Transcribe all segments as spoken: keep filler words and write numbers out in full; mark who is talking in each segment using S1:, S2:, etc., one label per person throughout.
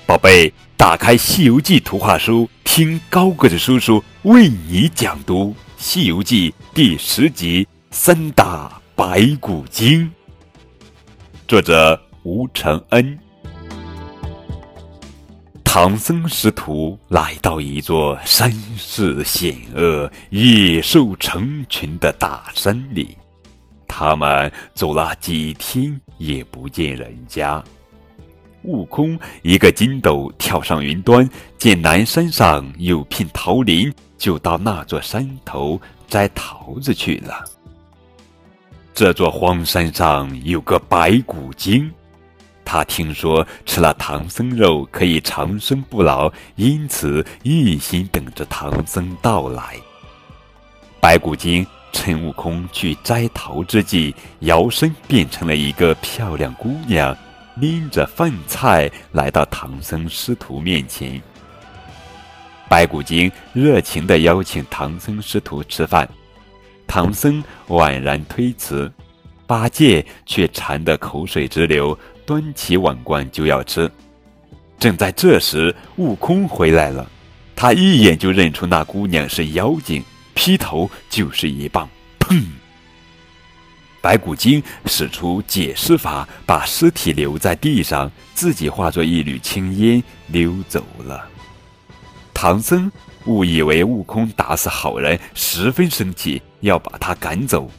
S1: 宝贝，打开《西游记》图画书，听高个子叔叔为你讲读《西游记》第十集三打白骨精。作者吴承恩。唐僧师徒来到一座山势险恶、野兽成群的大山里，他们走了几天也不见人家。悟空一个筋斗跳上云端，见南山上有片桃林，就到那座山头摘桃子去了。这座荒山上有个白骨精，他听说吃了唐僧肉可以长生不老，因此一心等着唐僧到来。白骨精趁悟空去摘桃之际，摇身变成了一个漂亮姑娘，拎着饭菜来到唐僧师徒面前。白骨精热情地邀请唐僧师徒吃饭，唐僧婉然推辞，八戒却馋得口水直流，端起碗罐就要吃。正在这时，悟空回来了，他一眼就认出那姑娘是妖精，劈头就是一棒，砰！白骨精使出解尸法，把尸体留在地上，自己化作一缕青烟溜走了。唐僧误以为悟空打死好人，十分生气，要把他赶走。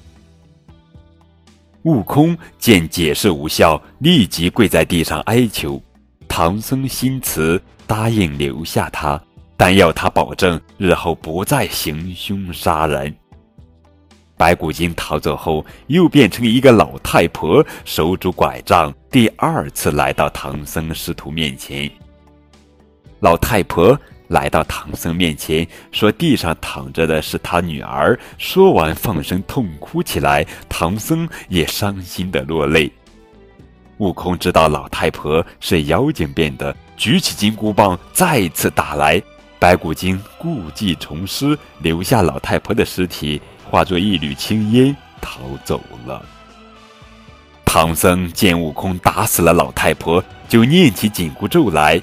S1: 悟空见解释无效，立即跪在地上哀求。唐僧心慈，答应留下他，但要他保证日后不再行凶杀人。白骨精逃走后，又变成一个老太婆，手拄拐杖，第二次来到唐僧师徒面前。老太婆来到唐僧面前，说地上躺着的是他女儿，说完放声痛哭起来，唐僧也伤心地落泪。悟空知道老太婆是妖精变的，举起金箍棒再次打来，白骨精故技重施，留下老太婆的尸体，化作一缕青烟逃走了。唐僧见悟空打死了老太婆，就念起紧箍咒来，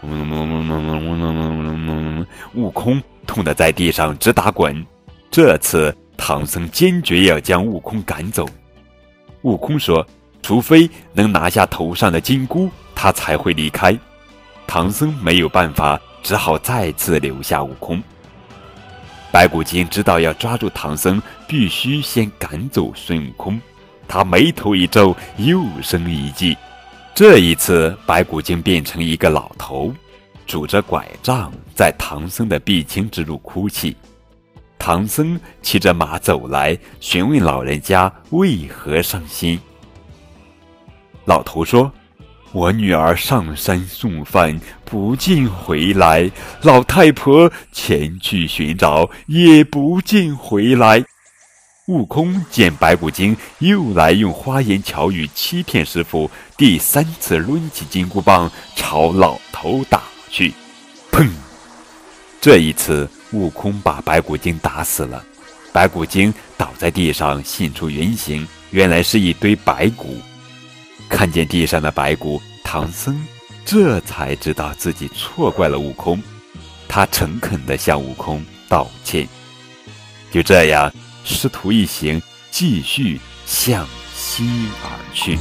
S1: 悟空痛得在地上直打滚。这次唐僧坚决要将悟空赶走。悟空说，除非能拿下头上的金箍，他才会离开。唐僧没有办法，只好再次留下悟空。白骨精知道要抓住唐僧，必须先赶走孙悟空，他眉头一皱，又生一计。这一次白骨精变成一个老头，拄着拐杖在唐僧的必经之路哭泣。唐僧骑着马走来，询问老人家为何伤心。老头说，我女儿上山送饭，不见回来，老太婆前去寻找，也不见回来。悟空见白骨精又来用花言巧语欺骗师傅，第三次抡起金箍棒朝老头打去，砰！这一次悟空把白骨精打死了，白骨精倒在地上现出原形，原来是一堆白骨。看见地上的白骨，唐僧这才知道自己错怪了悟空，他诚恳地向悟空道歉。就这样，师徒一行继续向西而去。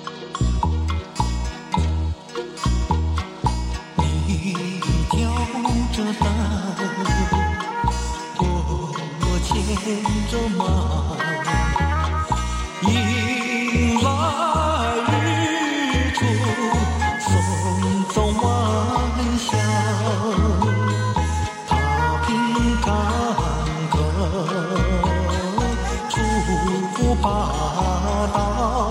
S2: 你挑着担，我牵着马，迎来日出，送走晚霞。踏平坎坷，出霸道，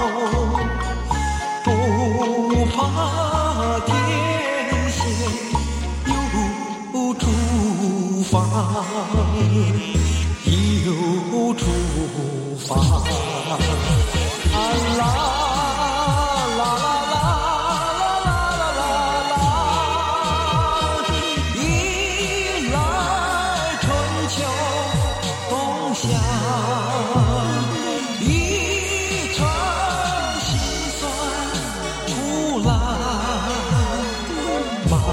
S2: 不怕天险又出发，又出发。啊啦啦啦啦啦啦啦啦！迎来春秋冬夏，一场心酸出来。马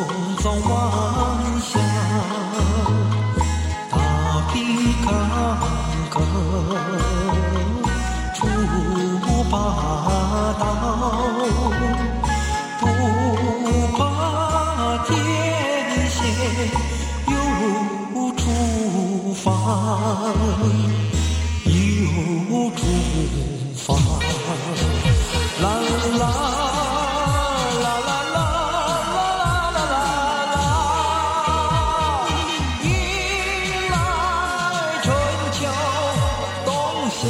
S2: 早晚霞，大地干戈出八道，不怕天险有处防，有处防。啦啦啦啦啦啦啦啦啦，迎来春秋冬夏，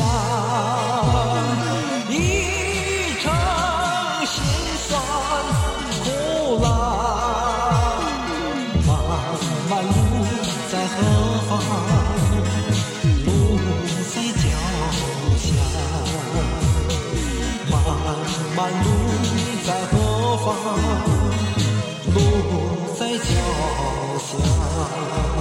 S2: 一程辛酸苦辣，漫漫路在何方？路在脚下。漫路在何方？路在脚下。